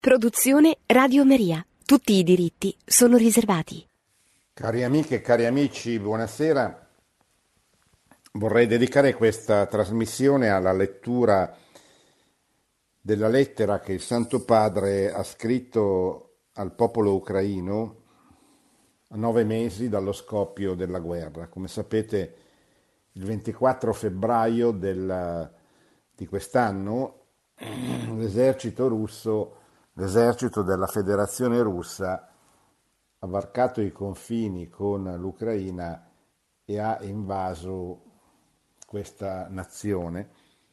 Produzione Radio Maria. Tutti i diritti sono riservati. Cari amiche e cari amici, buonasera. Vorrei dedicare questa trasmissione alla lettura della lettera che il Santo Padre ha scritto al popolo ucraino a 9 mesi dallo scoppio della guerra. Come sapete, il 24 febbraio di quest'anno l'esercito russo, l'esercito della Federazione Russa, ha varcato i confini con l'Ucraina e ha invaso questa nazione,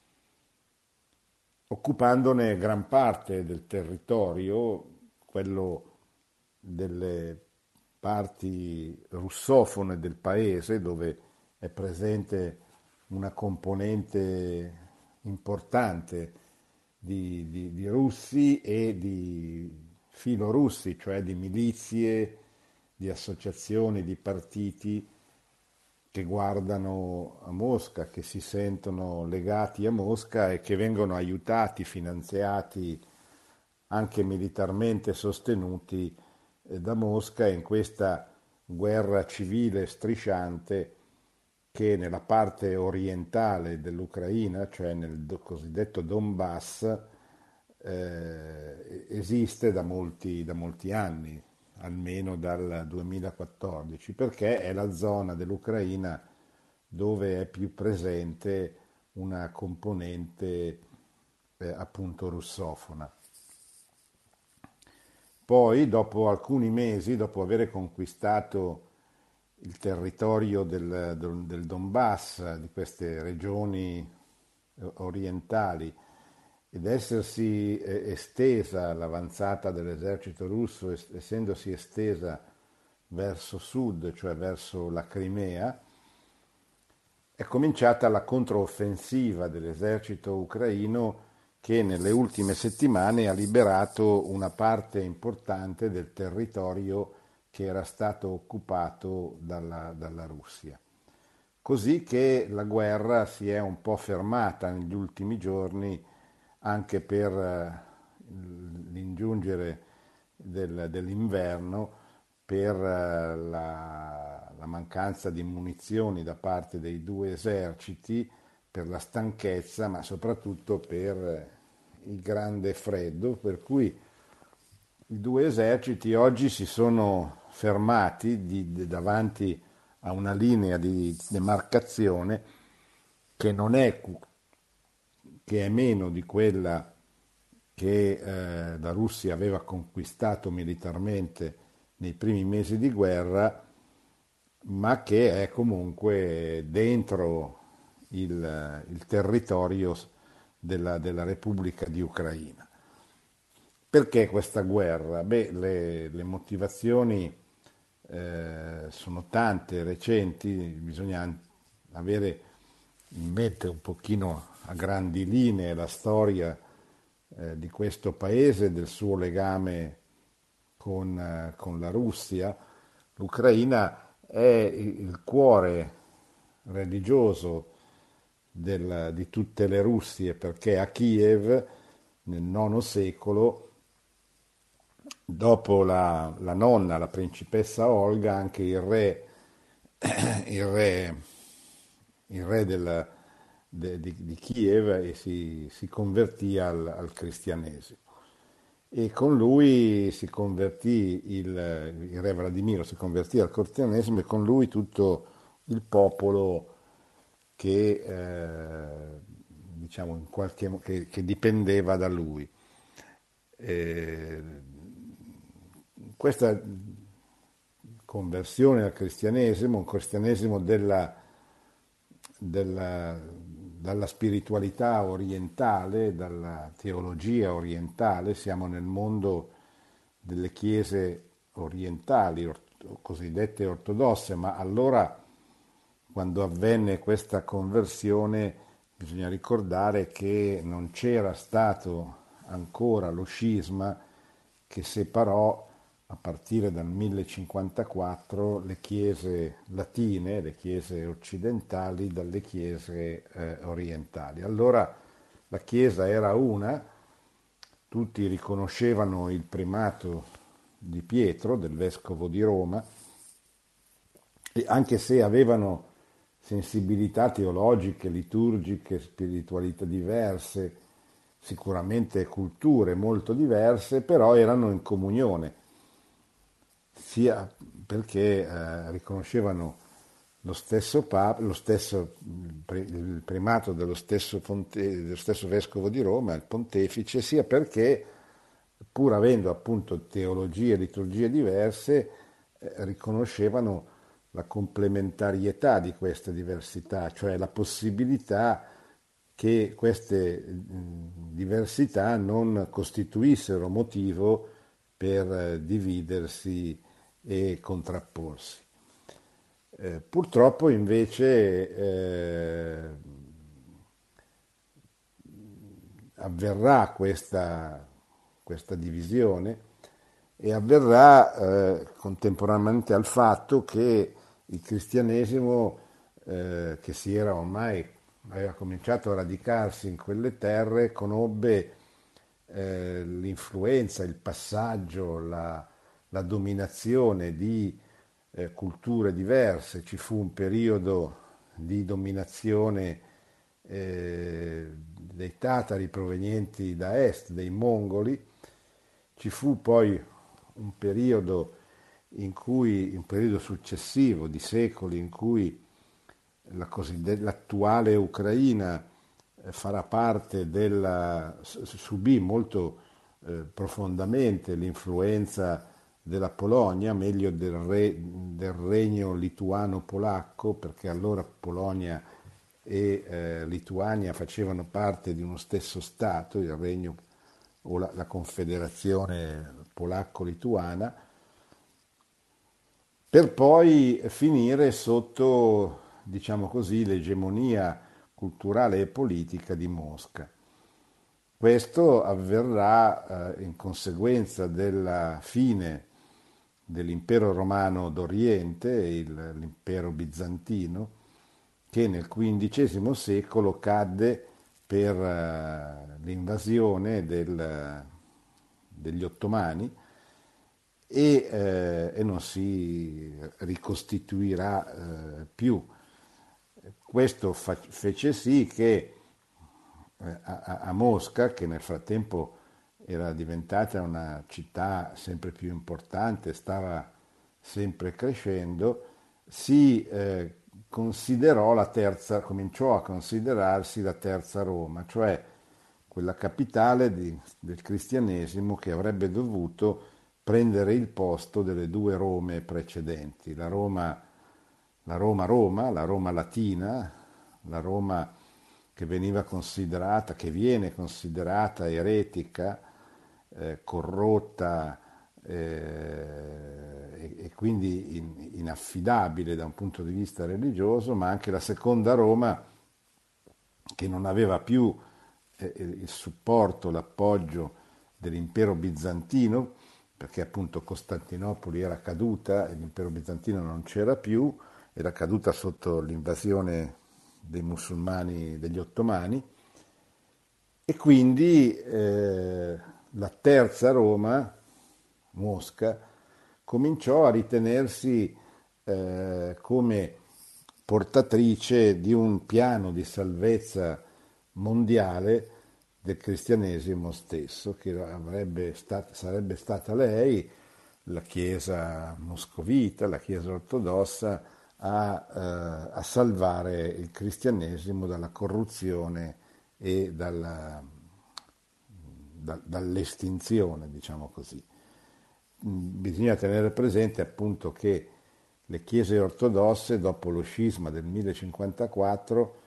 occupandone gran parte del territorio, quello delle parti russofone del paese, dove è presente una componente importante di russi e di filorussi, cioè di milizie, di associazioni, di partiti che guardano a Mosca, che si sentono legati a Mosca e che vengono aiutati, finanziati, anche militarmente sostenuti da Mosca in questa guerra civile strisciante che nella parte orientale dell'Ucraina, cioè nel cosiddetto Donbass, esiste da molti anni, almeno dal 2014, perché è la zona dell'Ucraina dove è più presente una componente appunto russofona. Poi, dopo alcuni mesi, dopo aver conquistato il territorio del Donbass, di queste regioni orientali, ed essersi estesa l'avanzata dell'esercito russo, essendosi estesa verso sud, cioè verso la Crimea, è cominciata la controffensiva dell'esercito ucraino che nelle ultime settimane ha liberato una parte importante del territorio che era stato occupato dalla Russia. Così che la guerra si è un po' fermata negli ultimi giorni anche per l'ingiungere dell'inverno, per la mancanza di munizioni da parte dei due eserciti, per la stanchezza, ma soprattutto per il grande freddo, per cui i due eserciti oggi si sono fermati davanti a una linea di demarcazione che non è, che è meno di quella che la Russia aveva conquistato militarmente nei primi mesi di guerra, ma che è comunque dentro il territorio della Repubblica di Ucraina. Perché questa guerra? Beh, le motivazioni sono tante, recenti, bisogna avere in mente un pochino a grandi linee la storia di questo paese, del suo legame con la Russia. L'Ucraina è il cuore religioso di tutte le Russie, perché a Kiev nel IX secolo, dopo la nonna, la principessa Olga, anche il re, il re di Kiev si convertì al cristianesimo. E con lui si convertì il re Vladimiro, si convertì al cristianesimo e con lui tutto il popolo che, diciamo, che dipendeva da lui. Eh, Questa conversione al cristianesimo, un cristianesimo dalla spiritualità orientale, dalla teologia orientale, siamo nel mondo delle chiese orientali, cosiddette ortodosse, ma allora, quando avvenne questa conversione, bisogna ricordare che non c'era stato ancora lo scisma che separò a partire dal 1054 le chiese latine, le chiese occidentali, dalle chiese orientali. Allora la Chiesa era una tutti riconoscevano il primato di Pietro, del vescovo di Roma, e anche se avevano sensibilità teologiche, liturgiche, spiritualità diverse, sicuramente culture molto diverse, però erano in comunione, sia perché riconoscevano lo stesso Papa, il primato dello stesso vescovo di Roma, il pontefice, sia perché, pur avendo appunto teologie e liturgie diverse, riconoscevano la complementarietà di queste diversità, cioè la possibilità che queste diversità non costituissero motivo per dividersi e contrapporsi. Purtroppo invece avverrà questa divisione e avverrà contemporaneamente al fatto che il cristianesimo, che si era ormai aveva cominciato a radicarsi in quelle terre, conobbe l'influenza, il passaggio, la dominazione di culture diverse. Ci fu un periodo di dominazione dei tatari provenienti da est, dei mongoli. Ci fu poi un periodo successivo di secoli in cui l'attuale Ucraina subì molto profondamente l'influenza della Polonia, meglio del regno lituano-polacco, perché allora Polonia e Lituania facevano parte di uno stesso Stato, il regno o la confederazione polacco-lituana, per poi finire sotto, diciamo così, l'egemonia culturale e politica di Mosca. Questo avverrà in conseguenza della fine dell'impero romano d'Oriente, l'impero bizantino, che nel XV secolo cadde per l'invasione degli ottomani e non si ricostituirà più. Questo fece sì che a Mosca, che nel frattempo era diventata una città sempre più importante, stava sempre crescendo, cominciò a considerarsi la terza Roma, cioè quella capitale del cristianesimo che avrebbe dovuto prendere il posto delle due Rome precedenti, Roma, la Roma latina, la Roma che viene considerata eretica, corrotta e quindi inaffidabile da un punto di vista religioso, ma anche la seconda Roma che non aveva più il supporto, l'appoggio dell'impero bizantino, perché appunto Costantinopoli era caduta e l'impero bizantino non c'era più, era caduta sotto l'invasione dei musulmani, degli ottomani, e quindi la terza Roma, Mosca, cominciò a ritenersi come portatrice di un piano di salvezza mondiale del cristianesimo stesso, che sarebbe stata lei, la Chiesa moscovita, la Chiesa ortodossa, a salvare il cristianesimo dalla corruzione e dall'estinzione, diciamo così. Bisogna tenere presente appunto che le chiese ortodosse, dopo lo scisma del 1054,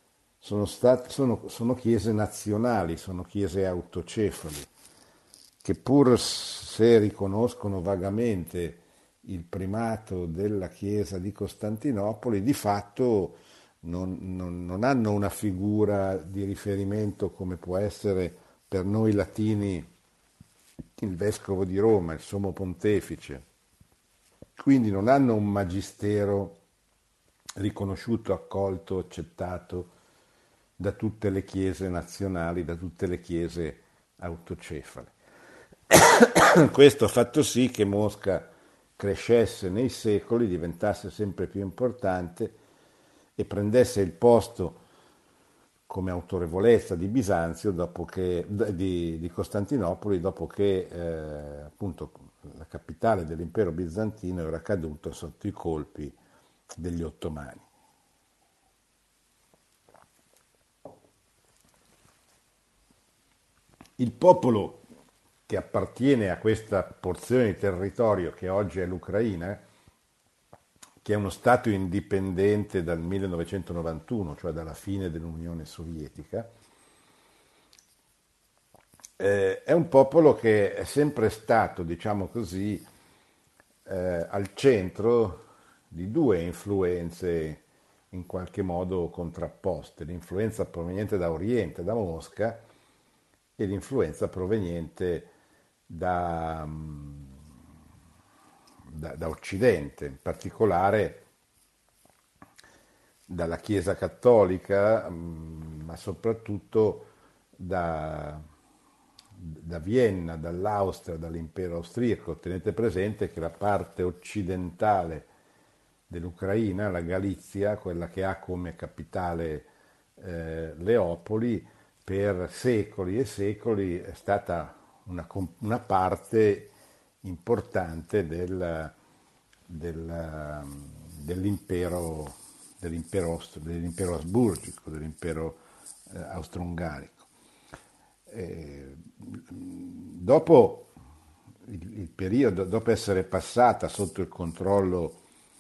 sono chiese nazionali, sono chiese autocefali, che pur se riconoscono vagamente il primato della Chiesa di Costantinopoli, di fatto non hanno una figura di riferimento come può essere per noi latini il vescovo di Roma, il sommo pontefice. Quindi non hanno un magistero riconosciuto, accolto, accettato da tutte le chiese nazionali, da tutte le chiese autocefale. Questo ha fatto sì che Mosca crescesse nei secoli, diventasse sempre più importante e prendesse il posto come autorevolezza di Bisanzio di Costantinopoli dopo che appunto la capitale dell'impero bizantino era caduta sotto i colpi degli ottomani. Il popolo che appartiene a questa porzione di territorio che oggi è l'Ucraina, che è uno Stato indipendente dal 1991, cioè dalla fine dell'Unione Sovietica, è un popolo che è sempre stato, diciamo così, al centro di due influenze in qualche modo contrapposte, l'influenza proveniente da Oriente, da Mosca, e l'influenza proveniente da Occidente, in particolare dalla Chiesa Cattolica, ma soprattutto da Vienna, dall'Austria, dall'impero austriaco. Tenete presente che la parte occidentale dell'Ucraina, la Galizia, quella che ha come capitale Leopoli, per secoli e secoli è stata una parte importante dell'impero asburgico, dell'impero austro-ungarico. Dopo il periodo, dopo essere passata sotto il controllo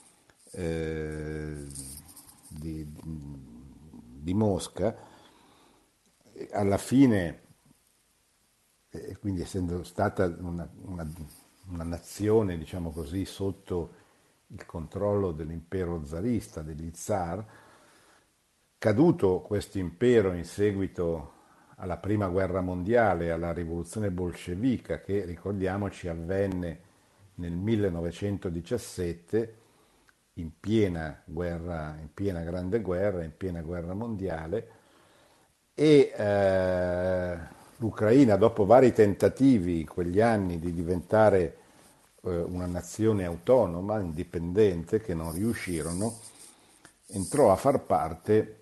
di Mosca, alla fine, quindi essendo stata una nazione, diciamo così, sotto il controllo dell'impero zarista, degli zar, caduto questo impero in seguito alla prima guerra mondiale, alla rivoluzione bolscevica, che ricordiamoci avvenne nel 1917, in piena grande guerra, in piena guerra mondiale, e l'Ucraina, dopo vari tentativi in quegli anni di diventare una nazione autonoma, indipendente, che non riuscirono, entrò a far parte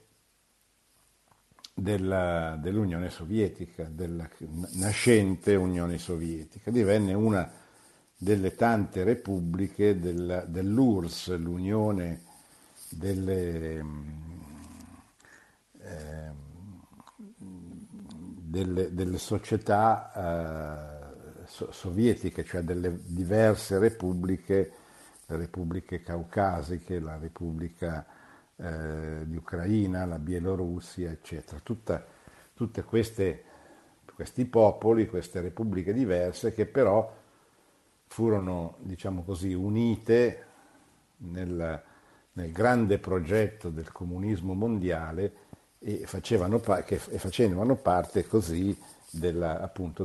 dell'Unione Sovietica, della nascente Unione Sovietica. Divenne una delle tante repubbliche dell'URSS, l'Unione delle società sovietiche, cioè delle diverse repubbliche, le repubbliche caucasiche, la Repubblica di Ucraina, la Bielorussia, eccetera. Tutte questi popoli, queste repubbliche diverse che però furono, diciamo così, unite nel grande progetto del comunismo mondiale e facevano parte così appunto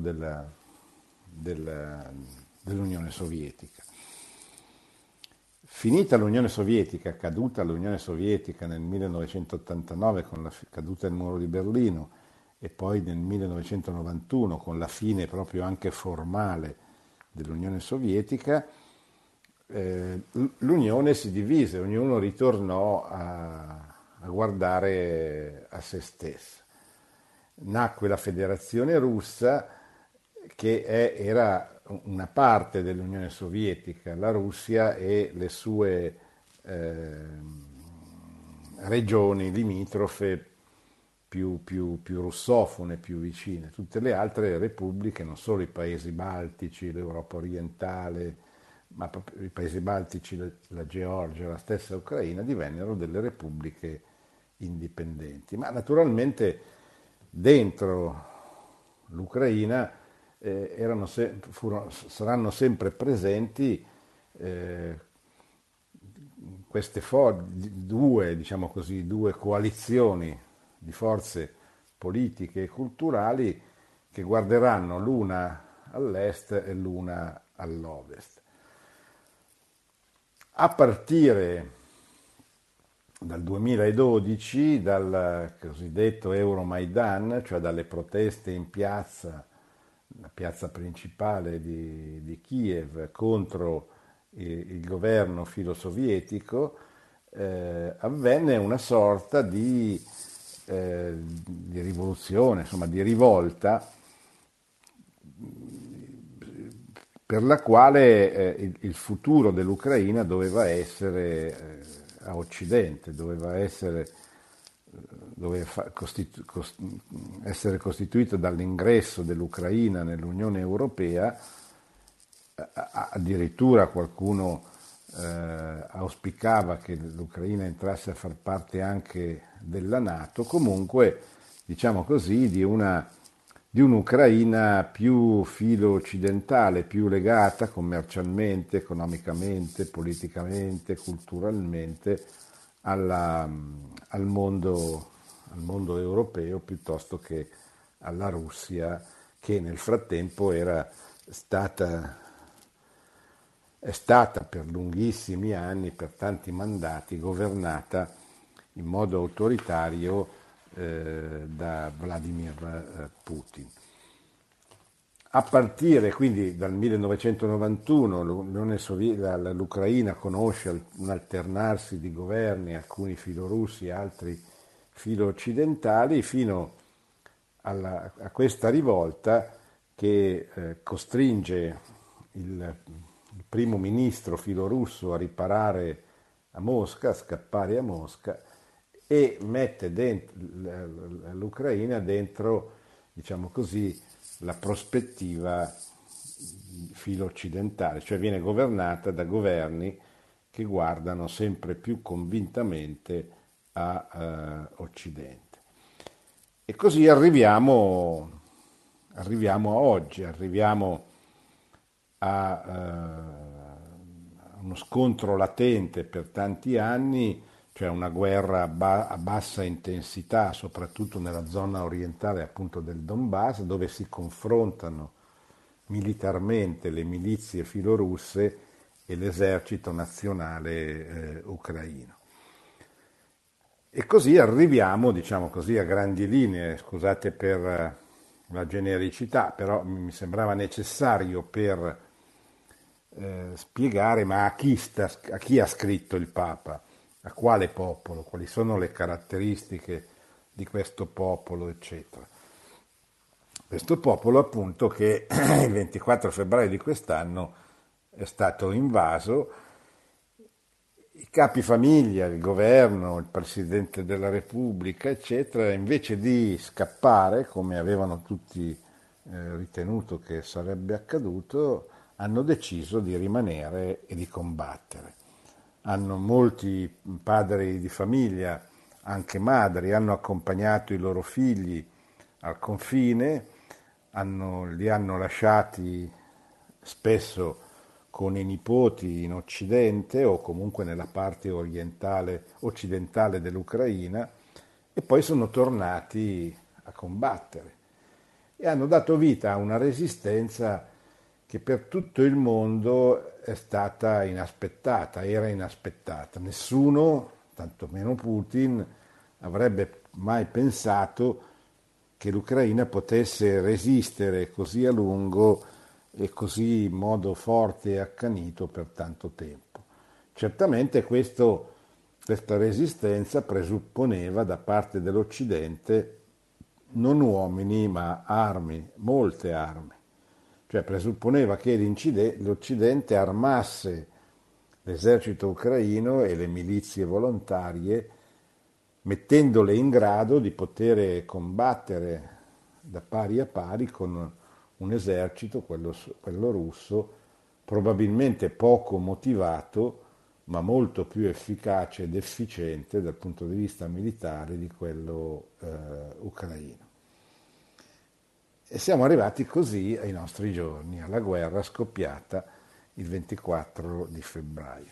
dell'Unione Sovietica. Finita l'Unione Sovietica, caduta l'Unione Sovietica nel 1989 con la caduta del muro di Berlino e poi nel 1991 con la fine proprio anche formale dell'Unione Sovietica, l'Unione si divise, ognuno ritornò a guardare a se stessa. Nacque la Federazione Russa, che era una parte dell'Unione Sovietica, la Russia e le sue regioni limitrofe più russofone, più vicine. Tutte le altre repubbliche, non solo i paesi baltici, l'Europa orientale, ma proprio i paesi baltici, la Georgia, la stessa Ucraina, divennero delle repubbliche indipendenti. Ma naturalmente dentro l'Ucraina saranno sempre presenti queste due coalizioni di forze politiche e culturali che guarderanno l'una all'est e l'una all'ovest. A partire dal 2012, dal cosiddetto Euromaidan, cioè dalle proteste in piazza la piazza principale di Kiev contro il governo filosovietico, avvenne una sorta di rivoluzione, insomma di rivolta, per la quale il futuro dell'Ucraina doveva essere a Occidente, essere costituito dall'ingresso dell'Ucraina nell'Unione Europea. Addirittura qualcuno auspicava che l'Ucraina entrasse a far parte anche della NATO, comunque diciamo così di un'Ucraina più filo-occidentale, più legata commercialmente, economicamente, politicamente, culturalmente al mondo europeo piuttosto che alla Russia, che nel frattempo è stata per lunghissimi anni, per tanti mandati, governata in modo autoritario da Vladimir Putin. A partire quindi dal 1991 l'Ucraina conosce un alternarsi di governi, alcuni filorussi, altri filo-occidentali, fino a questa rivolta che costringe il primo ministro filorusso a riparare a Mosca, a scappare a Mosca, e mette l'Ucraina dentro, diciamo così, la prospettiva filo-occidentale, cioè viene governata da governi che guardano sempre più convintamente a Occidente. E così arriviamo a oggi, arriviamo a uno scontro latente per tanti anni, cioè una guerra a bassa intensità, soprattutto nella zona orientale appunto del Donbass, dove si confrontano militarmente le milizie filorusse e l'esercito nazionale ucraino. E così arriviamo, diciamo così, a grandi linee, scusate per la genericità, però mi sembrava necessario per spiegare ma a chi ha scritto il Papa, a quale popolo, quali sono le caratteristiche di questo popolo, eccetera. Questo popolo appunto che il 24 febbraio di quest'anno è stato invaso, i capifamiglia, il governo, il Presidente della Repubblica, eccetera, invece di scappare, come avevano tutti ritenuto che sarebbe accaduto, hanno deciso di rimanere e di combattere. Molti padri di famiglia, anche madri, hanno accompagnato i loro figli al confine, li hanno lasciati spesso con i nipoti in Occidente o comunque nella parte occidentale dell'Ucraina, e poi sono tornati a combattere e hanno dato vita a una resistenza che per tutto il mondo è stata inaspettata, era inaspettata. Nessuno, tantomeno Putin, avrebbe mai pensato che l'Ucraina potesse resistere così a lungo e così in modo forte e accanito per tanto tempo. Certamente questa resistenza presupponeva da parte dell'Occidente non uomini ma armi, molte armi. Cioè presupponeva che l'Occidente armasse l'esercito ucraino e le milizie volontarie, mettendole in grado di poter combattere da pari a pari con un esercito, quello russo, probabilmente poco motivato, ma molto più efficace ed efficiente dal punto di vista militare di quello ucraino. E siamo arrivati così ai nostri giorni, alla guerra scoppiata il 24 di febbraio.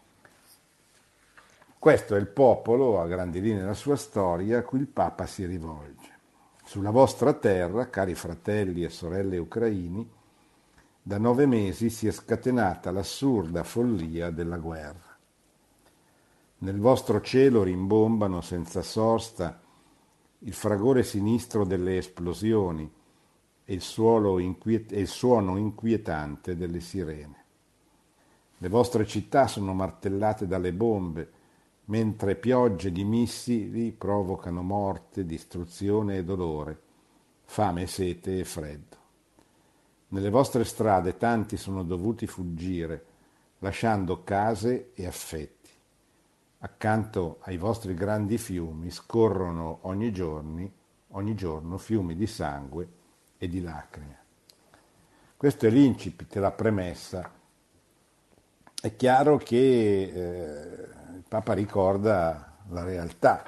Questo è il popolo, a grandi linee della sua storia, a cui il Papa si rivolge. Sulla vostra terra, cari fratelli e sorelle ucraini, da 9 mesi si è scatenata l'assurda follia della guerra. Nel vostro cielo rimbombano senza sosta il fragore sinistro delle esplosioni e il suono inquietante delle sirene. Le vostre città sono martellate dalle bombe, mentre piogge di missili provocano morte, distruzione e dolore, fame, sete e freddo. Nelle vostre strade tanti sono dovuti fuggire, lasciando case e affetti. Accanto ai vostri grandi fiumi scorrono ogni giorno fiumi di sangue e di lacrime. Questo è l'incipit, la premessa. È chiaro che il Papa ricorda la realtà,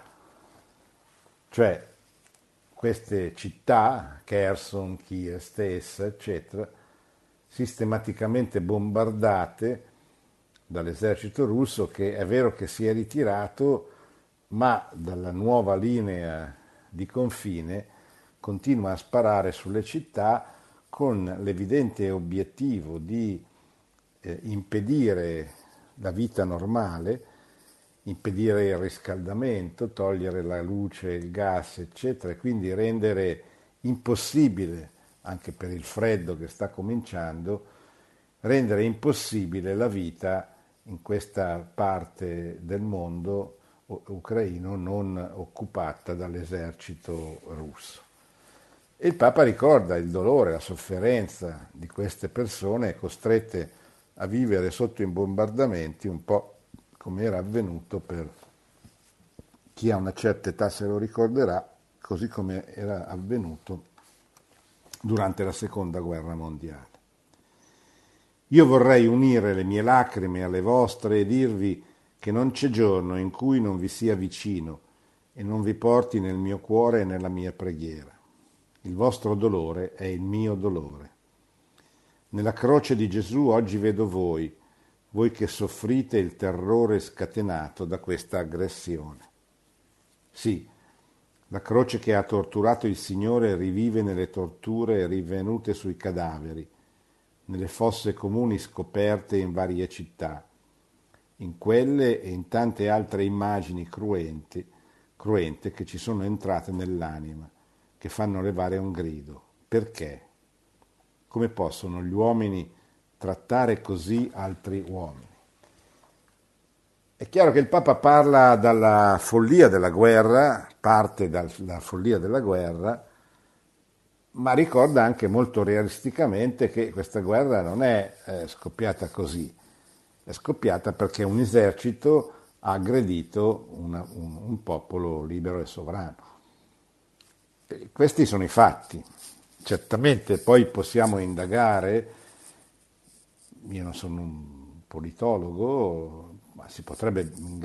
cioè queste città, Kherson, Kiev stessa, eccetera, sistematicamente bombardate dall'esercito russo, che è vero che si è ritirato, ma dalla nuova linea di confine continua a sparare sulle città con l'evidente obiettivo di impedire la vita normale, impedire il riscaldamento, togliere la luce, il gas, eccetera, e quindi rendere impossibile, anche per il freddo che sta cominciando, rendere impossibile la vita in questa parte del mondo ucraino non occupata dall'esercito russo. E il Papa ricorda il dolore, la sofferenza di queste persone costrette a vivere sotto i bombardamenti, un po' come era avvenuto per chi ha una certa età se lo ricorderà, così come era avvenuto durante la Seconda Guerra Mondiale. Io vorrei unire le mie lacrime alle vostre e dirvi che non c'è giorno in cui non vi sia vicino e non vi porti nel mio cuore e nella mia preghiera. Il vostro dolore è il mio dolore. Nella croce di Gesù oggi vedo voi che soffrite il terrore scatenato da questa aggressione. Sì, la croce che ha torturato il Signore rivive nelle torture rivenute sui cadaveri, nelle fosse comuni scoperte in varie città, in quelle e in tante altre immagini cruente che ci sono entrate nell'anima, che fanno levare un grido. Perché? Come possono gli uomini trattare così altri uomini? È chiaro che il Papa parla dalla follia della guerra, parte dalla follia della guerra, ma ricorda anche molto realisticamente che questa guerra non è scoppiata così, è scoppiata perché un esercito ha aggredito un popolo libero e sovrano. E questi sono i fatti. Certamente poi possiamo indagare, io non sono un politologo, ma si potrebbe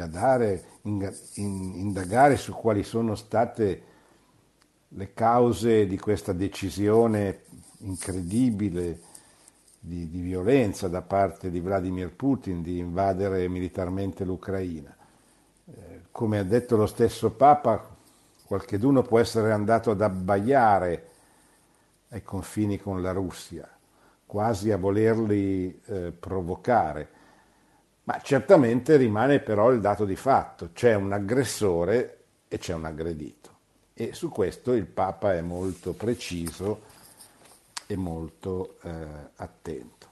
indagare su quali sono state le cause di questa decisione incredibile di violenza da parte di Vladimir Putin di invadere militarmente l'Ucraina. Come ha detto lo stesso Papa, qualcheduno può essere andato ad abbaiare ai confini con la Russia, quasi a volerli provocare. Ma certamente rimane però il dato di fatto, c'è un aggressore e c'è un aggredito. E su questo il Papa è molto preciso e molto attento.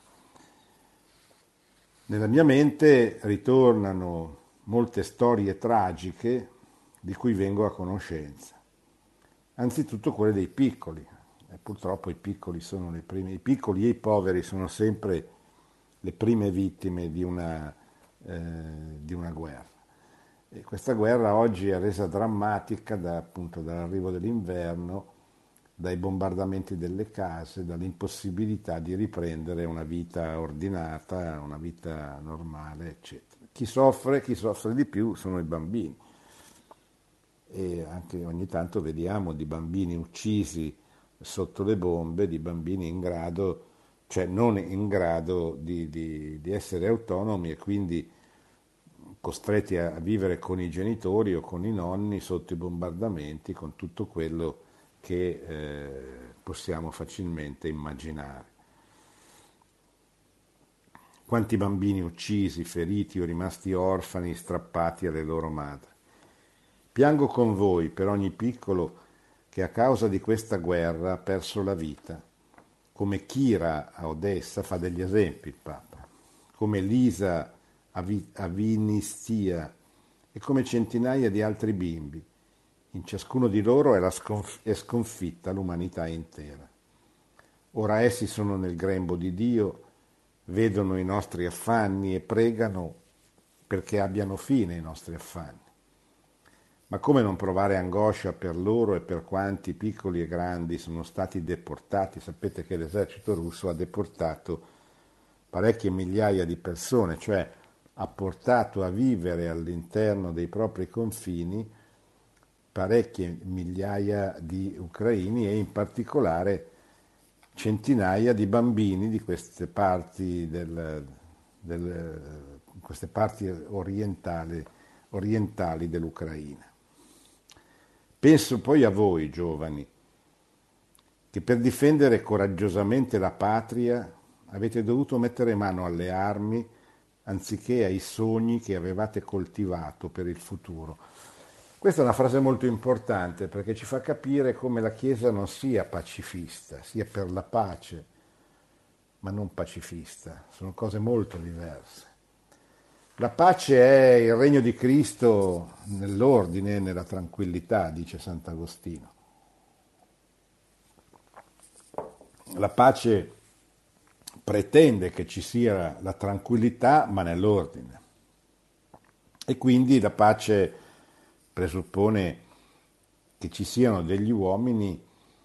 Nella mia mente ritornano molte storie tragiche di cui vengo a conoscenza. Anzitutto quelle dei piccoli. E purtroppo i piccoli i piccoli e i poveri sono sempre le prime vittime di una guerra. E questa guerra oggi è resa drammatica appunto dall'arrivo dell'inverno, dai bombardamenti delle case, dall'impossibilità di riprendere una vita ordinata, una vita normale, eccetera. Chi soffre di più sono i bambini. E anche ogni tanto vediamo di bambini uccisi sotto le bombe, di bambini non in grado di essere autonomi e quindi costretti a vivere con i genitori o con i nonni sotto i bombardamenti, con tutto quello che possiamo facilmente immaginare. Quanti bambini uccisi, feriti o rimasti orfani, strappati alle loro madri. Piango con voi per ogni piccolo che a causa di questa guerra ha perso la vita come Kira a Odessa, fa degli esempi il Papa, come Lisa a Vinistia e come centinaia di altri bimbi. In ciascuno di loro è sconfitta l'umanità intera. Ora essi sono nel grembo di Dio, vedono i nostri affanni e pregano perché abbiano fine i nostri affanni. Ma come non provare angoscia per loro e per quanti piccoli e grandi sono stati deportati? Sapete che l'esercito russo ha deportato parecchie migliaia di persone, cioè ha portato a vivere all'interno dei propri confini parecchie migliaia di ucraini e in particolare centinaia di bambini di queste parti, queste parti orientali dell'Ucraina. Penso poi a voi, giovani, che per difendere coraggiosamente la patria avete dovuto mettere mano alle armi anziché ai sogni che avevate coltivato per il futuro. Questa è una frase molto importante perché ci fa capire come la Chiesa non sia pacifista, sia per la pace, ma non pacifista. Sono cose molto diverse. La pace è il regno di Cristo nell'ordine e nella tranquillità, dice Sant'Agostino. La pace pretende che ci sia la tranquillità, ma nell'ordine. E quindi la pace presuppone che ci siano degli uomini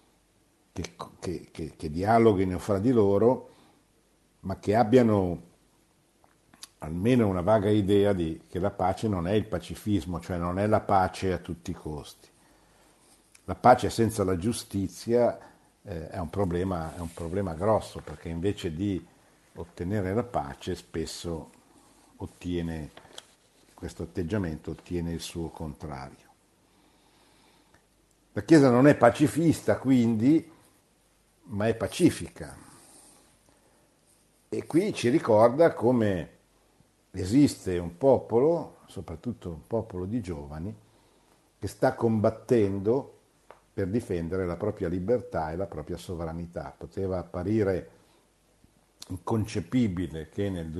che dialoghino fra di loro, ma che abbiano almeno una vaga idea che la pace non è il pacifismo, cioè non è la pace a tutti i costi. La pace senza la giustizia è un problema grosso, perché invece di ottenere la pace spesso questo atteggiamento ottiene il suo contrario. La Chiesa non è pacifista, quindi, ma è pacifica. E qui ci ricorda come esiste un popolo, soprattutto un popolo di giovani, che sta combattendo per difendere la propria libertà e la propria sovranità. Poteva apparire inconcepibile che nel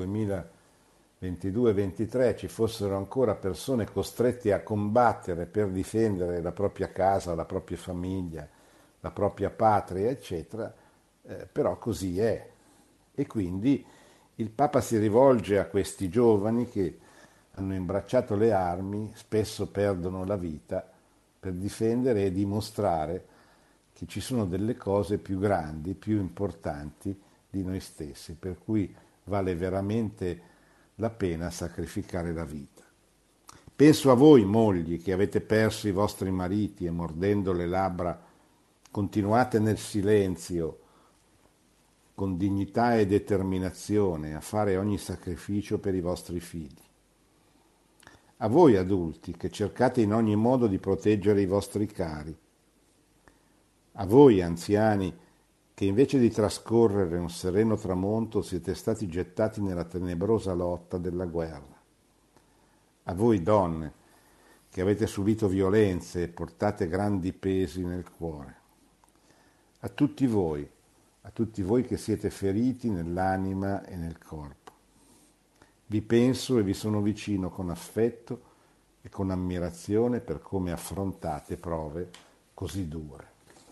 2022-23 ci fossero ancora persone costrette a combattere per difendere la propria casa, la propria famiglia, la propria patria, eccetera, però così è. E quindi il Papa si rivolge a questi giovani che hanno imbracciato le armi, spesso perdono la vita per difendere e dimostrare che ci sono delle cose più grandi, più importanti di noi stessi, per cui vale veramente la pena sacrificare la vita. Penso a voi, mogli, che avete perso i vostri mariti e mordendo le labbra continuate nel silenzio, con dignità e determinazione, a fare ogni sacrificio per i vostri figli. A voi adulti, che cercate in ogni modo di proteggere i vostri cari. A voi anziani, che invece di trascorrere un sereno tramonto siete stati gettati nella tenebrosa lotta della guerra. A voi donne, che avete subito violenze e portate grandi pesi nel cuore. A tutti voi che siete feriti nell'anima e nel corpo. Vi penso e vi sono vicino con affetto e con ammirazione per come affrontate prove così dure.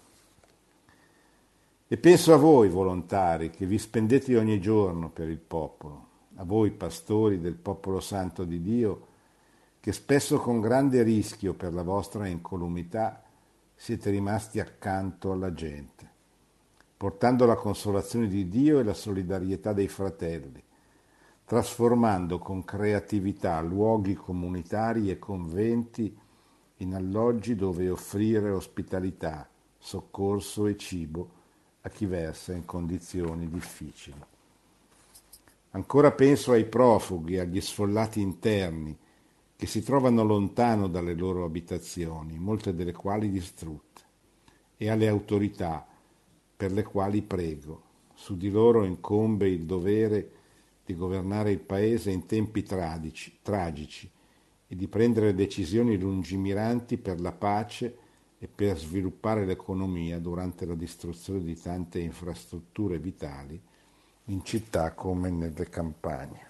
E penso a voi, volontari, che vi spendete ogni giorno per il popolo, a voi, pastori del popolo santo di Dio, che spesso con grande rischio per la vostra incolumità siete rimasti accanto alla gente, portando la consolazione di Dio e la solidarietà dei fratelli, trasformando con creatività luoghi comunitari e conventi in alloggi dove offrire ospitalità, soccorso e cibo a chi versa in condizioni difficili. Ancora penso ai profughi, agli sfollati interni, che si trovano lontano dalle loro abitazioni, molte delle quali distrutte, e alle autorità per le quali prego. Su di loro incombe il dovere di governare il Paese in tempi tragici e di prendere decisioni lungimiranti per la pace e per sviluppare l'economia durante la distruzione di tante infrastrutture vitali in città come nelle campagne.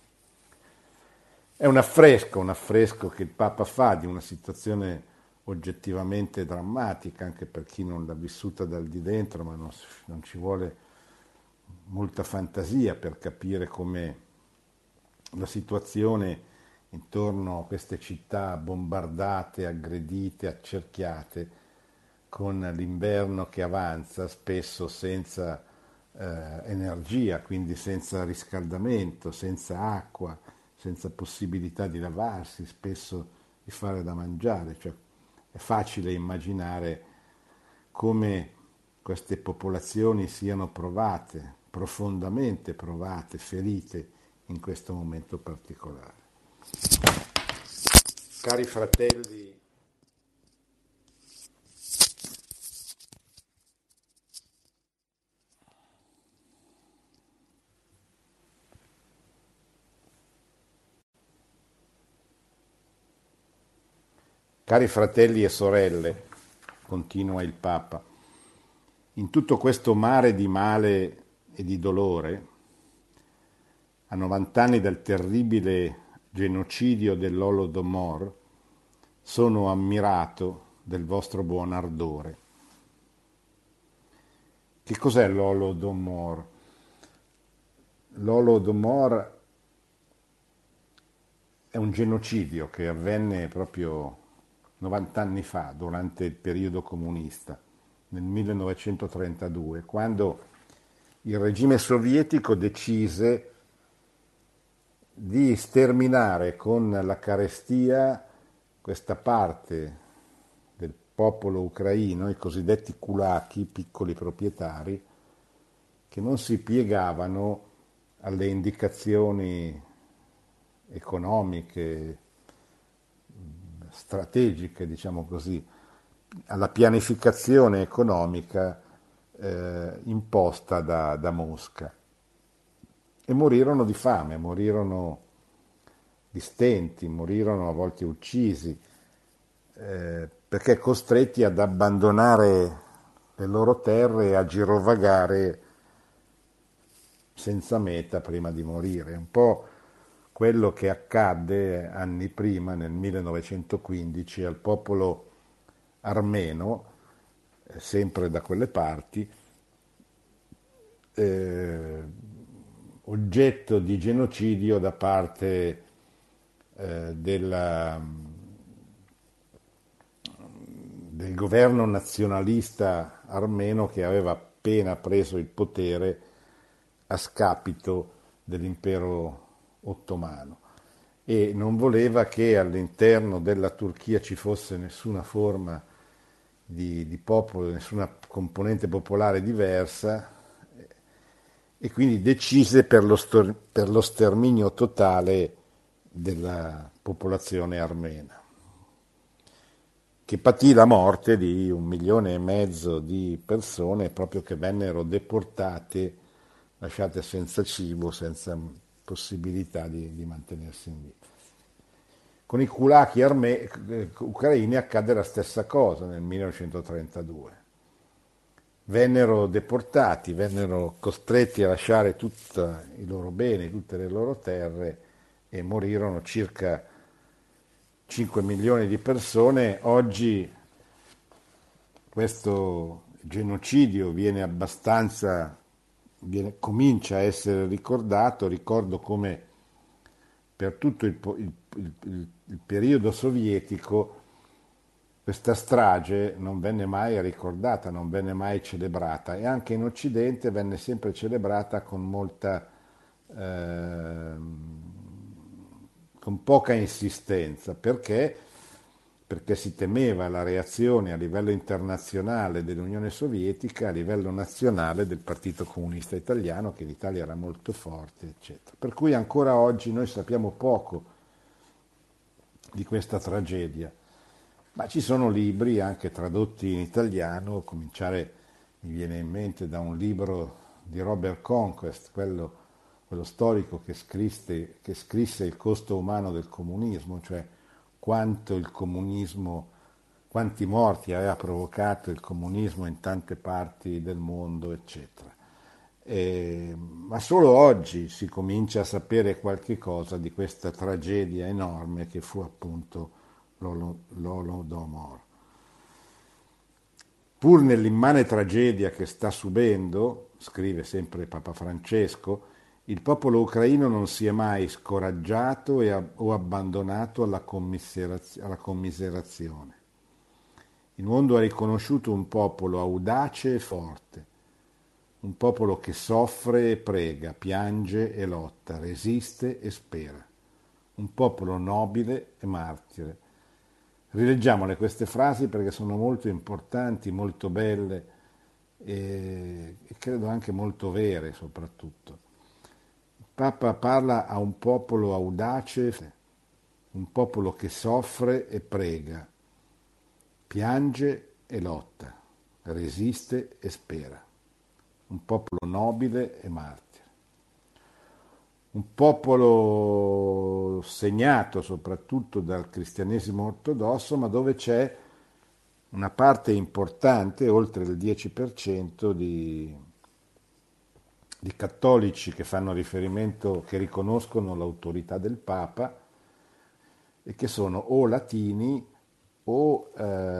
È un affresco che il Papa fa di una situazione oggettivamente drammatica, anche per chi non l'ha vissuta dal di dentro, ma non ci vuole molta fantasia per capire come la situazione intorno a queste città bombardate, aggredite, accerchiate, con l'inverno che avanza, spesso senza energia, quindi senza riscaldamento, senza acqua, senza possibilità di lavarsi, spesso di fare da mangiare. Cioè, è facile immaginare come queste popolazioni siano provate, profondamente provate, ferite in questo momento particolare. Cari fratelli, cari fratelli e sorelle, continua il Papa, in tutto questo mare di male e di dolore, a 90 anni dal terribile genocidio dell'Holodomor, sono ammirato del vostro buon ardore. Che cos'è l'Holodomor? L'Holodomor è un genocidio che avvenne proprio 90 anni fa, durante il periodo comunista, nel 1932, quando il regime sovietico decise di sterminare con la carestia questa parte del popolo ucraino, i cosiddetti kulaki, piccoli proprietari, che non si piegavano alle indicazioni economiche, strategiche, diciamo così, alla pianificazione economica imposta da Mosca. E morirono di fame, morirono di stenti, morirono a volte uccisi, perché costretti ad abbandonare le loro terre e a girovagare senza meta prima di morire. Un po' quello che accadde anni prima, nel 1915, al popolo armeno, sempre da quelle parti, oggetto di genocidio da parte del governo nazionalista armeno che aveva appena preso il potere a scapito dell'impero ottomano e non voleva che all'interno della Turchia ci fosse nessuna forma di popolo, nessuna componente popolare diversa e quindi decise per lo sterminio totale della popolazione armena, che patì la morte di 1,5 milioni di persone proprio che vennero deportate, lasciate senza cibo, senza possibilità di mantenersi in vita. Con i kulaki ucraini accadde la stessa cosa nel 1932. Vennero deportati, vennero costretti a lasciare tutti i loro beni, tutte le loro terre e morirono circa 5 milioni di persone. Oggi questo genocidio comincia a essere ricordato. Ricordo come per tutto il periodo sovietico questa strage non venne mai ricordata, non venne mai celebrata e anche in Occidente venne sempre celebrata con con poca insistenza. Perché? Perché si temeva la reazione a livello internazionale dell'Unione Sovietica, a livello nazionale del Partito Comunista Italiano, che in Italia era molto forte, eccetera. Per cui ancora oggi noi sappiamo poco di questa tragedia, ma ci sono libri anche tradotti in italiano, mi viene in mente da un libro di Robert Conquest, quello storico che scrisse Il costo umano del comunismo, cioè quanto il comunismo quanti morti aveva provocato il comunismo in tante parti del mondo, eccetera. Ma solo oggi si comincia a sapere qualche cosa di questa tragedia enorme che fu appunto l'Holodomor. Pur nell'immane tragedia che sta subendo, scrive sempre Papa Francesco, il popolo ucraino non si è mai scoraggiato o abbandonato alla commiserazione. Il mondo ha riconosciuto un popolo audace e forte, un popolo che soffre e prega, piange e lotta, resiste e spera, un popolo nobile e martire. Rileggiamole queste frasi perché sono molto importanti, molto belle e credo anche molto vere soprattutto. Il Papa parla a un popolo audace, un popolo che soffre e prega, piange e lotta, resiste e spera, un popolo nobile e martire. Un popolo segnato soprattutto dal cristianesimo ortodosso, ma dove c'è una parte importante, oltre il 10%, di cattolici che fanno riferimento, che riconoscono l'autorità del Papa e che sono o latini o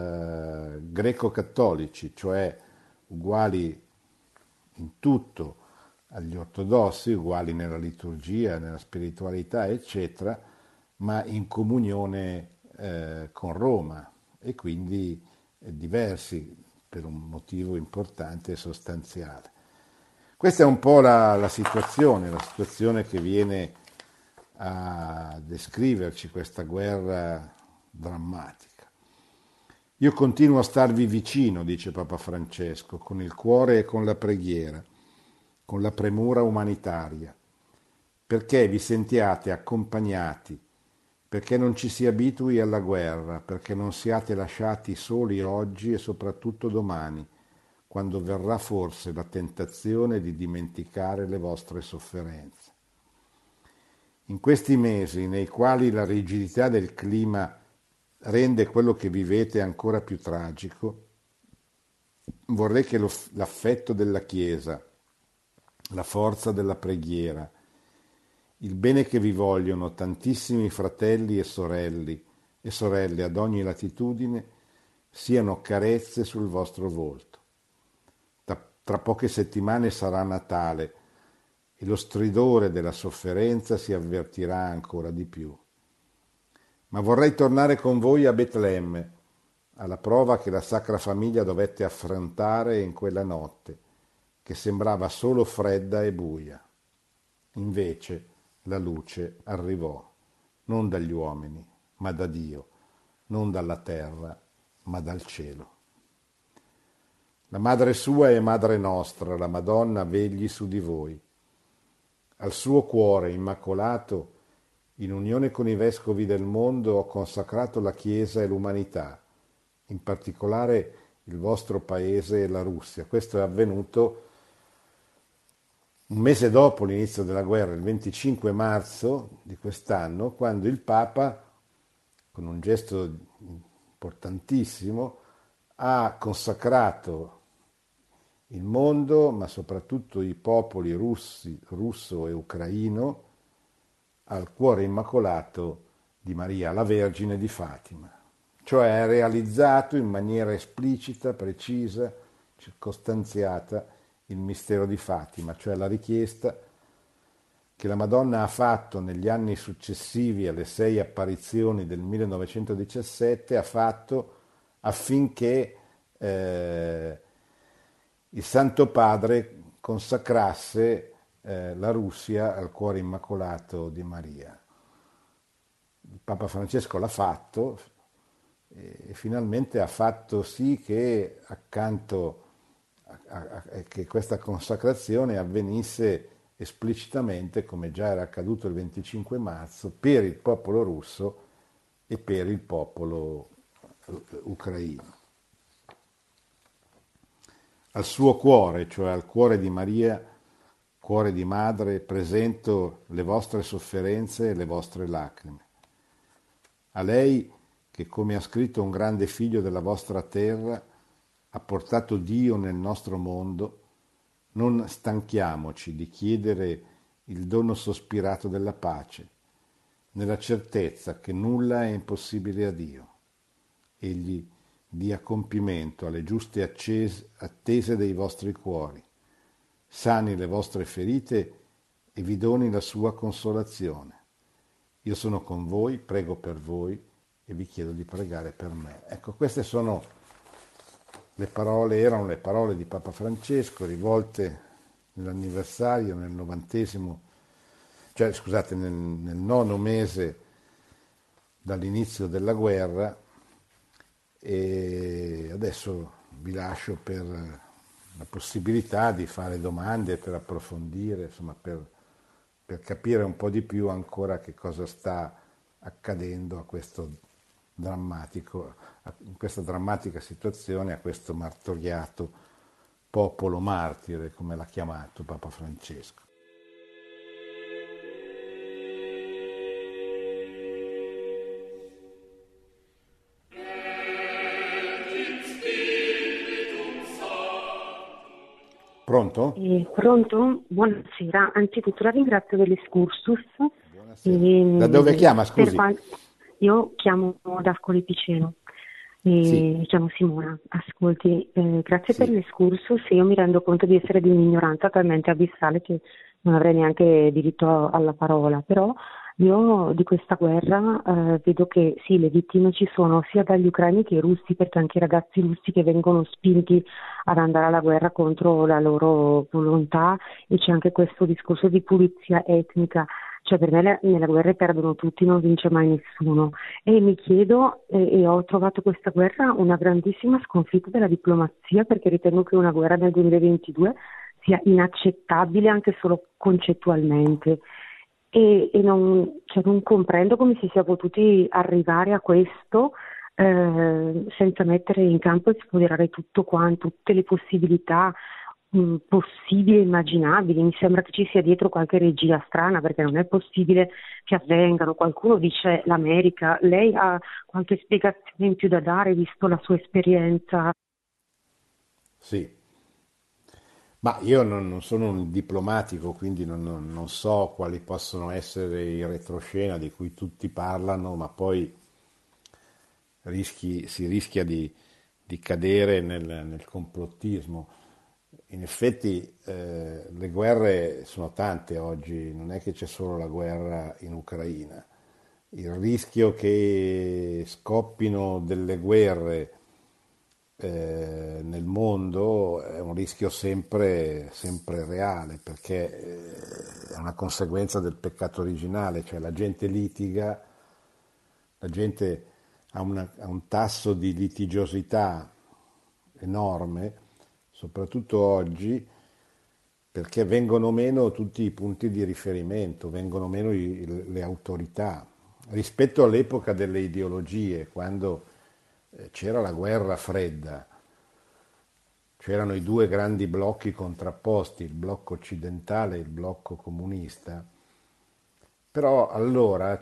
greco-cattolici, cioè uguali in tutto agli ortodossi, uguali nella liturgia, nella spiritualità, eccetera, ma in comunione con Roma e quindi diversi per un motivo importante e sostanziale. Questa è un po' la situazione che viene a descriverci questa guerra drammatica. Io continuo a starvi vicino, dice Papa Francesco, con il cuore e con la preghiera, con la premura umanitaria, perché vi sentiate accompagnati, perché non ci si abitui alla guerra, perché non siate lasciati soli oggi e soprattutto domani, quando verrà forse la tentazione di dimenticare le vostre sofferenze. In questi mesi nei quali la rigidità del clima rende quello che vivete ancora più tragico, vorrei che l'affetto della Chiesa, la forza della preghiera, il bene che vi vogliono tantissimi fratelli e sorelle ad ogni latitudine siano carezze sul vostro volto. Tra poche settimane sarà Natale e lo stridore della sofferenza si avvertirà ancora di più. Ma vorrei tornare con voi a Betlemme, alla prova che la Sacra Famiglia dovette affrontare in quella notte, che sembrava solo fredda e buia. Invece la luce arrivò, non dagli uomini, ma da Dio, non dalla terra, ma dal cielo. La Madre sua e Madre nostra, la Madonna, vegli su di voi. Al suo cuore immacolato, in unione con i vescovi del mondo, ho consacrato la Chiesa e l'umanità, in particolare il vostro paese e la Russia. Questo è avvenuto un mese dopo l'inizio della guerra, il 25 marzo di quest'anno, quando il Papa, con un gesto importantissimo, ha consacrato il mondo, ma soprattutto i popoli russo e ucraino, al cuore immacolato di Maria, la Vergine di Fatima. Cioè ha realizzato in maniera esplicita, precisa, circostanziata il mistero di Fatima, cioè la richiesta che la Madonna ha fatto negli anni successivi alle 6 apparizioni del 1917, ha fatto affinché il Santo Padre consacrasse la Russia al cuore immacolato di Maria. Il Papa Francesco l'ha fatto e finalmente ha fatto sì che accanto che questa consacrazione avvenisse esplicitamente, come già era accaduto il 25 marzo, per il popolo russo e per il popolo ucraino. Al suo cuore, cioè al cuore di Maria, cuore di madre, presento le vostre sofferenze e le vostre lacrime. A lei che, come ha scritto un grande figlio della vostra terra, ha portato Dio nel nostro mondo, non stanchiamoci di chiedere il dono sospirato della pace, nella certezza che nulla è impossibile a Dio. Egli dia compimento alle giuste attese dei vostri cuori, sani le vostre ferite e vi doni la sua consolazione. Io sono con voi, prego per voi e vi chiedo di pregare per me. Ecco, queste sono erano le parole di Papa Francesco rivolte nell'anniversario, nel novantesimo, cioè scusate, nel nono mese dall'inizio della guerra, e adesso vi lascio per la possibilità di fare domande, per approfondire, insomma, per capire un po' di più ancora che cosa sta accadendo in questa drammatica situazione, a questo martoriato popolo martire, come l'ha chiamato Papa Francesco. Pronto? Pronto? Buonasera. Anzitutto la ringrazio dell'excursus. Buonasera. Da dove chiama, scusi? Io chiamo da Ascoli Piceno. Sì. Mi chiamo Simona. Ascolti, grazie Sì. per l'excursus. Io mi rendo conto di essere di un'ignoranza talmente abissale che non avrei neanche diritto alla parola, però io di questa guerra vedo che sì, le vittime ci sono sia dagli ucraini che i russi, perché anche i ragazzi russi che vengono spinti ad andare alla guerra contro la loro volontà, e c'è anche questo discorso di pulizia etnica. Cioè per me nelle guerre perdono tutti, non vince mai nessuno. E mi chiedo, e ho trovato questa guerra una grandissima sconfitta della diplomazia, perché ritengo che una guerra nel 2022 sia inaccettabile anche solo concettualmente. E non comprendo come si sia potuti arrivare a questo senza mettere in campo e sfoderare tutto quanto, tutte le possibilità possibili e immaginabili. Mi sembra che ci sia dietro qualche regia strana, perché non è possibile che avvengano. Qualcuno dice l'America, lei ha qualche spiegazione in più da dare visto la sua esperienza? Sì. Ma io non sono un diplomatico, quindi non so quali possono essere i retroscena di cui tutti parlano, ma poi si rischia di cadere nel complottismo. In effetti le guerre sono tante oggi, non è che c'è solo la guerra in Ucraina. Il rischio che scoppino delle guerre nel mondo è un rischio sempre reale, perché è una conseguenza del peccato originale, cioè la gente litiga, la gente ha un tasso di litigiosità enorme, soprattutto oggi, perché vengono meno tutti i punti di riferimento, vengono meno le autorità. Rispetto all'epoca delle ideologie, quando c'era la guerra fredda, c'erano i due grandi blocchi contrapposti, il blocco occidentale e il blocco comunista, però allora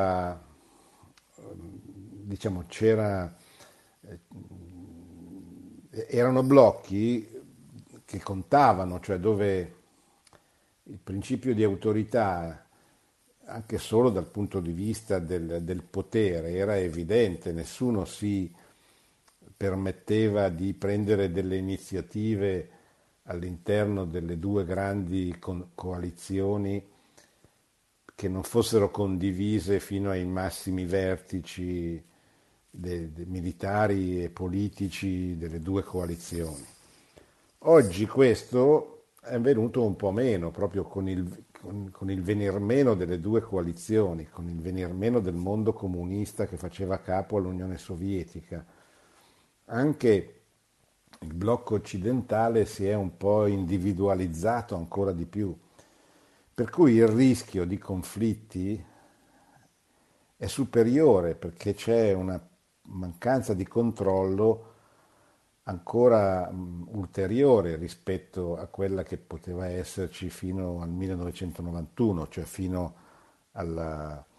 erano blocchi che contavano, cioè dove il principio di autorità, anche solo dal punto di vista del potere, era evidente, nessuno si permetteva di prendere delle iniziative all'interno delle due grandi coalizioni che non fossero condivise fino ai massimi vertici militari e politici delle due coalizioni. Oggi questo è venuto un po' meno, proprio con il venir meno delle due coalizioni, con il venir meno del mondo comunista che faceva capo all'Unione Sovietica. Anche il blocco occidentale si è un po' individualizzato ancora di più, per cui il rischio di conflitti è superiore, perché c'è una mancanza di controllo ancora ulteriore rispetto a quella che poteva esserci fino al 1991, cioè fino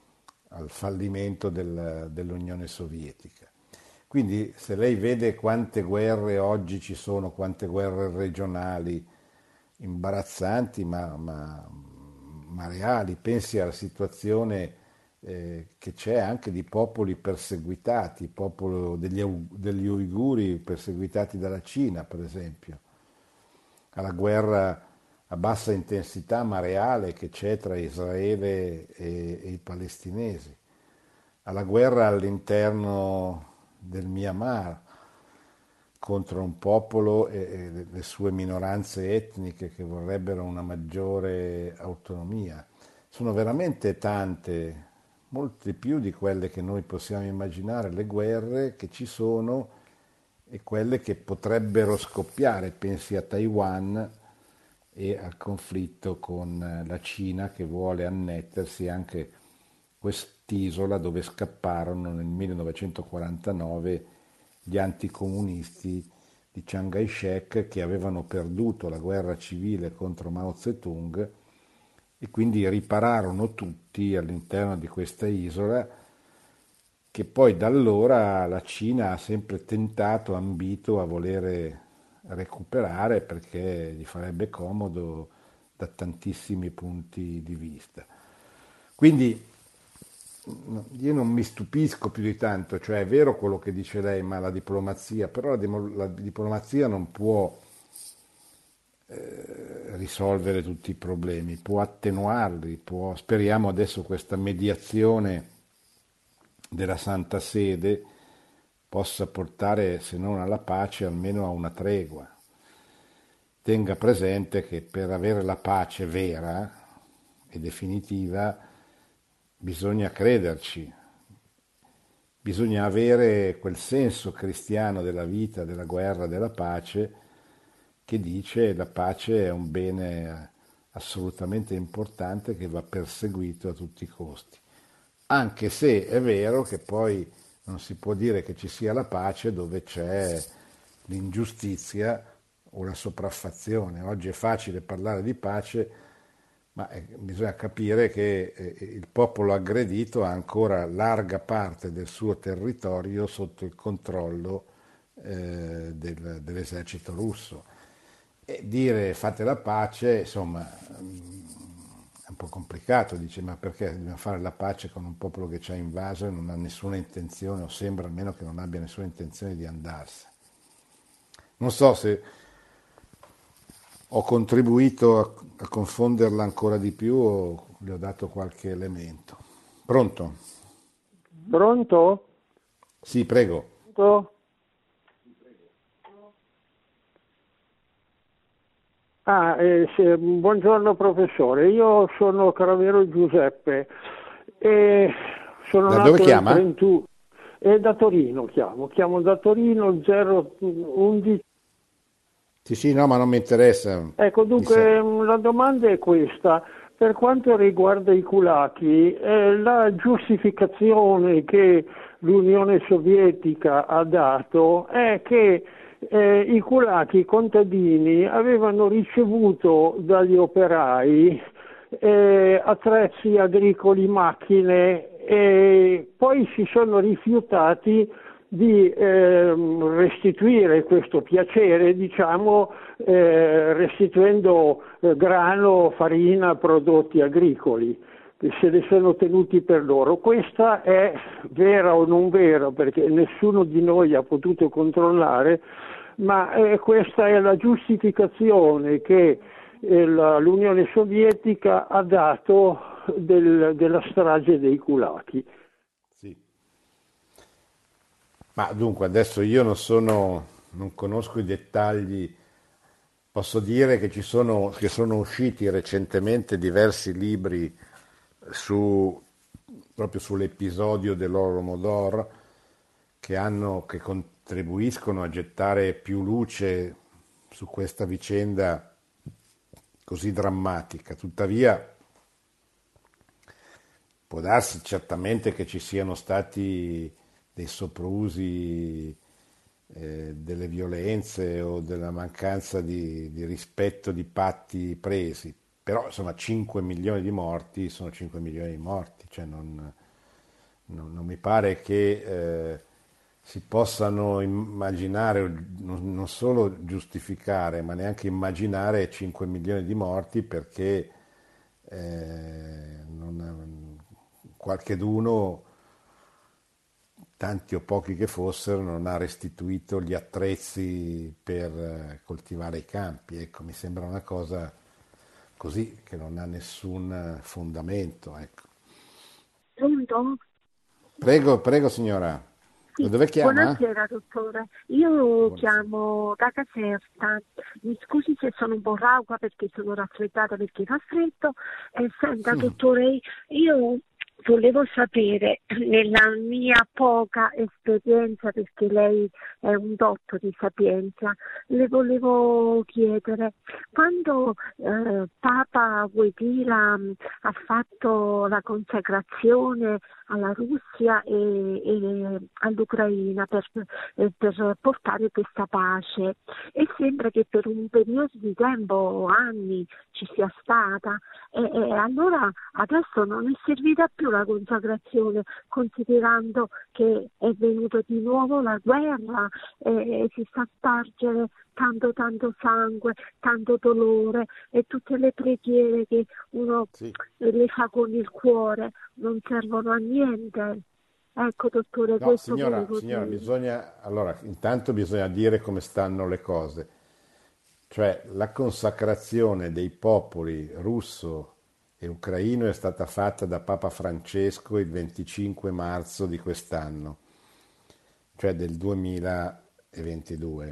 al fallimento dell'Unione Sovietica. Quindi se lei vede quante guerre oggi ci sono, quante guerre regionali imbarazzanti ma reali, pensi alla situazione che c'è anche di popoli perseguitati, popolo degli Uiguri perseguitati dalla Cina, per esempio, alla guerra a bassa intensità ma reale che c'è tra Israele e i palestinesi, alla guerra all'interno del Myanmar contro un popolo e le sue minoranze etniche che vorrebbero una maggiore autonomia. Sono veramente tante, molte più di quelle che noi possiamo immaginare, le guerre che ci sono e quelle che potrebbero scoppiare. Pensi a Taiwan e al conflitto con la Cina che vuole annettersi anche quest'isola dove scapparono nel 1949 gli anticomunisti di Chiang Kai-shek che avevano perduto la guerra civile contro Mao Zedong e quindi ripararono tutti all'interno di questa isola che poi da allora la Cina ha sempre tentato, ambito a volere recuperare perché gli farebbe comodo da tantissimi punti di vista. Quindi io non mi stupisco più di tanto, cioè è vero quello che dice lei, ma la diplomazia, però la diplomazia non può risolvere tutti i problemi, può attenuarli, speriamo adesso questa mediazione della Santa Sede possa portare, se non alla pace, almeno a una tregua. Tenga presente che per avere la pace vera e definitiva bisogna crederci, bisogna avere quel senso cristiano della vita, della guerra, della pace, che dice che la pace è un bene assolutamente importante che va perseguito a tutti i costi. Anche se è vero che poi non si può dire che ci sia la pace dove c'è l'ingiustizia o la sopraffazione. Oggi è facile parlare di pace, ma bisogna capire che il popolo aggredito ha ancora larga parte del suo territorio sotto il controllo dell'esercito russo. E dire fate la pace, insomma, è un po' complicato, dice, ma perché dobbiamo fare la pace con un popolo che ci ha invaso e non ha nessuna intenzione, o sembra almeno che non abbia nessuna intenzione di andarsene. Non so se ho contribuito a confonderla ancora di più o le ho dato qualche elemento. Pronto? Pronto? Sì, prego. Pronto? Sì, buongiorno professore, io sono Caravero Giuseppe e sono Da nato dove chiama? nel 31, e da Torino chiamo da Torino 011. Sì, no, ma non mi interessa. Ecco, dunque la domanda è questa. Per quanto riguarda i kulaki, la giustificazione che l'Unione Sovietica ha dato è che i kulaki contadini avevano ricevuto dagli operai attrezzi agricoli, macchine, e poi si sono rifiutati di restituire questo piacere, diciamo, restituendo grano, farina, prodotti agricoli, che se ne sono tenuti per loro. Questa è vera o non vera, perché nessuno di noi ha potuto controllare, ma questa è la giustificazione che l'Unione Sovietica ha dato della strage dei kulaki. Sì. Ma dunque, adesso io non conosco i dettagli, posso dire che che sono usciti recentemente diversi libri proprio sull'episodio dell'Holodomor che contribuiscono a gettare più luce su questa vicenda così drammatica. Tuttavia, può darsi certamente che ci siano stati dei soprusi, delle violenze o della mancanza di rispetto di patti presi, però insomma 5 milioni di morti sono 5 milioni di morti, cioè non mi pare che si possano immaginare, non solo giustificare, ma neanche immaginare 5 milioni di morti perché qualcheduno, tanti o pochi che fossero, non ha restituito gli attrezzi per coltivare i campi. Ecco, mi sembra una cosa così che non ha nessun fondamento. Ecco. Pronto? Prego, prego signora. Da Sì, dove chiama? buonasera dottore, io Buonasera. chiamo da Caserta, mi scusi se sono un po' rauca perché sono raffreddata perché fa freddo, senta dottore, io volevo sapere nella mia poca esperienza, perché lei è un dotto di sapienza, le volevo chiedere, quando Papa Wojtyła ha fatto la consacrazione alla Russia e all'Ucraina per portare questa pace, e sembra che per un periodo di tempo, anni, ci sia stata, e allora adesso non è servita più la consacrazione, considerando che è venuto di nuovo la guerra e si sta a spargere tanto sangue, tanto dolore, e tutte le preghiere che uno le fa con il cuore non servono a niente. Ecco dottore, No, questo signora, volevo dire. intanto bisogna dire come stanno le cose. Cioè, la consacrazione dei popoli russo e ucraino è stata fatta da Papa Francesco il 25 marzo di quest'anno, cioè del 2022,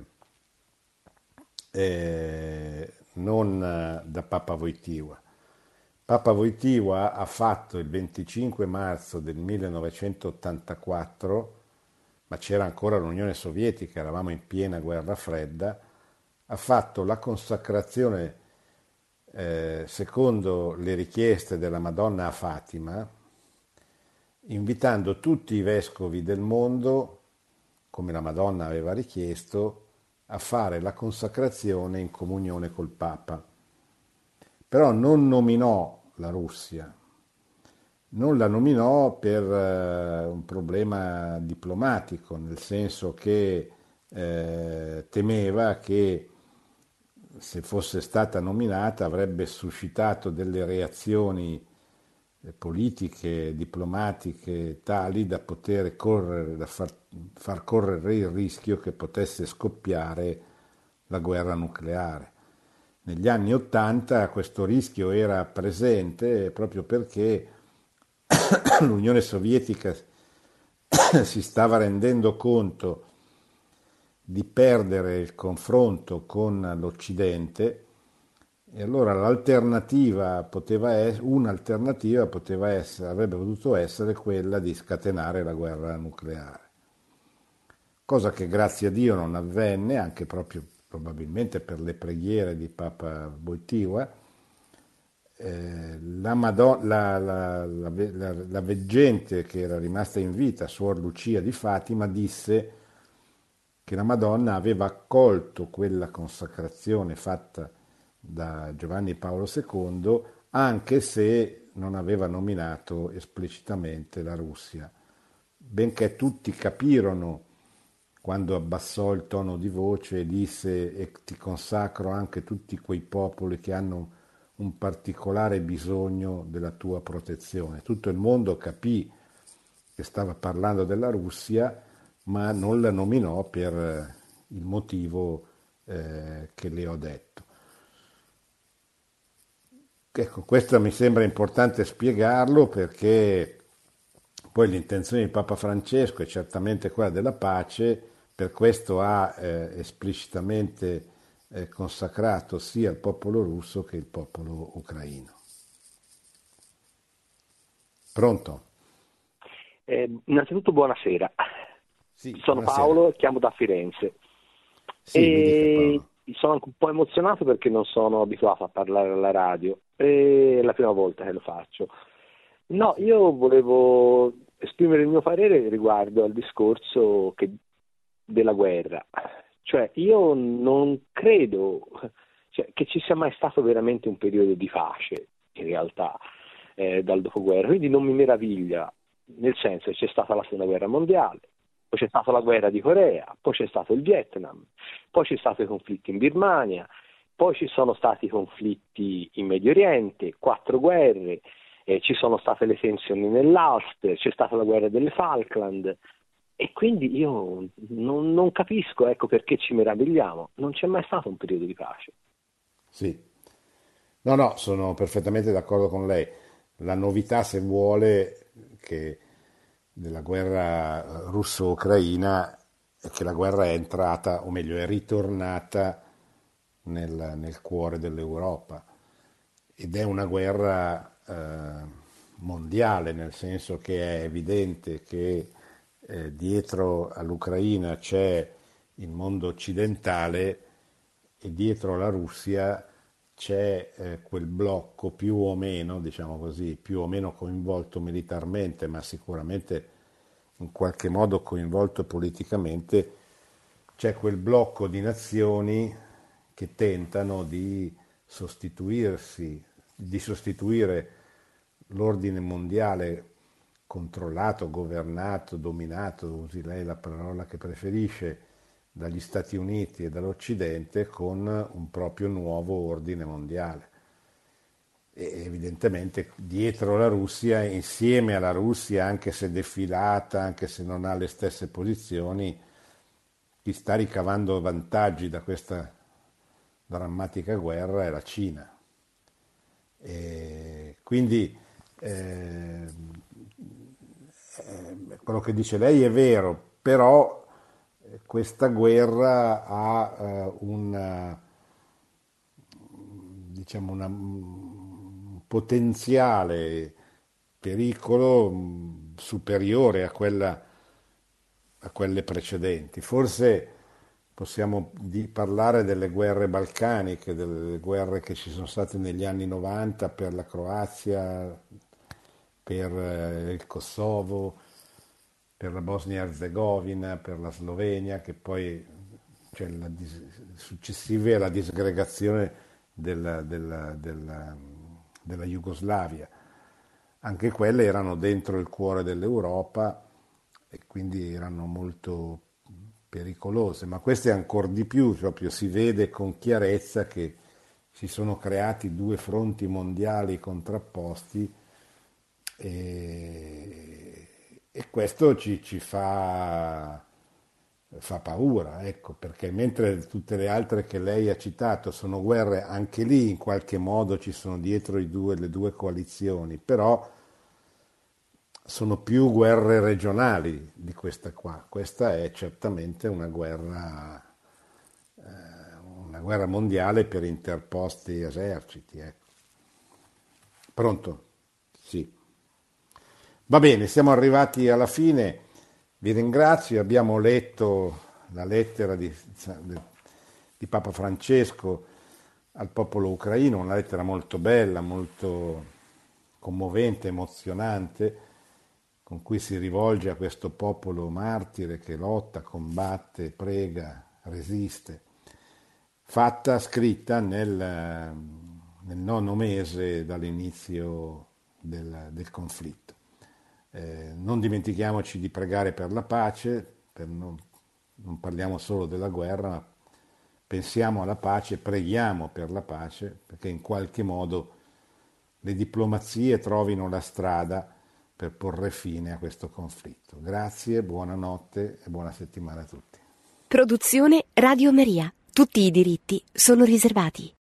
non da Papa Wojtyła. Papa Wojtyła ha fatto il 25 marzo del 1984, ma c'era ancora l'Unione Sovietica, eravamo in piena guerra fredda, ha fatto la consacrazione secondo le richieste della Madonna a Fatima, invitando tutti i vescovi del mondo, come la Madonna aveva richiesto, a fare la consacrazione in comunione col Papa. Però non nominò la Russia, non la nominò per un problema diplomatico, nel senso che temeva che se fosse stata nominata avrebbe suscitato delle reazioni politiche, diplomatiche tali da poter far correre il rischio che potesse scoppiare la guerra nucleare. Negli anni '80 questo rischio era presente proprio perché l'Unione Sovietica si stava rendendo conto di perdere il confronto con l'Occidente, e allora un'alternativa poteva essere, avrebbe potuto essere quella di scatenare la guerra nucleare, cosa che grazie a Dio non avvenne, anche proprio probabilmente per le preghiere di Papa Wojtyła. La veggente che era rimasta in vita, Suor Lucia di Fatima, disse che la Madonna aveva accolto quella consacrazione fatta da Giovanni Paolo II, anche se non aveva nominato esplicitamente la Russia, benché tutti capirono quando abbassò il tono di voce e disse: e ti consacro anche tutti quei popoli che hanno un particolare bisogno della tua protezione. Tutto il mondo capì che stava parlando della Russia, ma non la nominò per il motivo che le ho detto. Ecco, questo mi sembra importante spiegarlo, perché poi l'intenzione di Papa Francesco è certamente quella della pace, per questo ha esplicitamente consacrato sia il popolo russo che il popolo ucraino. Pronto? Innanzitutto buonasera. Sì, sono buonasera. Paolo, chiamo da Firenze. Sì, mi dica, Paolo. Sono anche un po' emozionato perché non sono abituato a parlare alla radio, è la prima volta che lo faccio. No, io volevo esprimere il mio parere riguardo al discorso della guerra. Cioè, io non credo che ci sia mai stato veramente un periodo di pace, in realtà, dal dopoguerra, quindi non mi meraviglia nel senso che c'è stata la seconda guerra mondiale, poi c'è stata la guerra di Corea, poi c'è stato il Vietnam, poi ci sono stati i conflitti in Birmania, poi ci sono stati i conflitti in Medio Oriente, 4 guerre, ci sono state le tensioni nell'Ulster, c'è stata la guerra delle Falkland, e quindi io non capisco, ecco, perché ci meravigliamo. Non c'è mai stato un periodo di pace. Sì, no, sono perfettamente d'accordo con lei. La novità, se vuole, che della guerra russo-ucraina è che la guerra è entrata, o meglio, è ritornata nel cuore dell'Europa, ed è una guerra mondiale, nel senso che è evidente che dietro all'Ucraina c'è il mondo occidentale e dietro alla Russia c'è quel blocco più o meno, diciamo così, più o meno coinvolto militarmente, ma sicuramente in qualche modo coinvolto politicamente, c'è quel blocco di nazioni che tentano di sostituire l'ordine mondiale controllato, governato, dominato, usi lei la parola che preferisce, dagli Stati Uniti e dall'Occidente, con un proprio nuovo ordine mondiale. E evidentemente dietro la Russia, insieme alla Russia, anche se defilata, anche se non ha le stesse posizioni, chi sta ricavando vantaggi da questa drammatica guerra è la Cina. E quindi quello che dice lei è vero, però questa guerra ha un potenziale pericolo superiore a quelle precedenti. Forse possiamo parlare delle guerre balcaniche, delle guerre che ci sono state negli anni 90 per la Croazia, per il Kosovo, per la Bosnia-Herzegovina, per la Slovenia, che poi successive alla disgregazione della Jugoslavia. Anche quelle erano dentro il cuore dell'Europa e quindi erano molto pericolose, ma queste ancora di più, proprio si vede con chiarezza che si sono creati 2 fronti mondiali contrapposti e questo ci fa paura, ecco, perché mentre tutte le altre che lei ha citato sono guerre, anche lì in qualche modo ci sono dietro le 2 coalizioni, però sono più guerre regionali di questa qua. Questa è certamente una guerra mondiale per interposti eserciti. Ecco. Pronto? Sì. Va bene, siamo arrivati alla fine. Vi ringrazio. Abbiamo letto la lettera di Papa Francesco al popolo ucraino, una lettera molto bella, molto commovente, emozionante, con cui si rivolge a questo popolo martire che lotta, combatte, prega, resiste, scritta nel 9° mese dall'inizio del conflitto. Non dimentichiamoci di pregare per la pace, non parliamo solo della guerra, ma pensiamo alla pace, preghiamo per la pace, perché in qualche modo le diplomazie trovino la strada per porre fine a questo conflitto. Grazie, buonanotte e buona settimana a tutti. Produzione Radio Maria. Tutti i diritti sono riservati.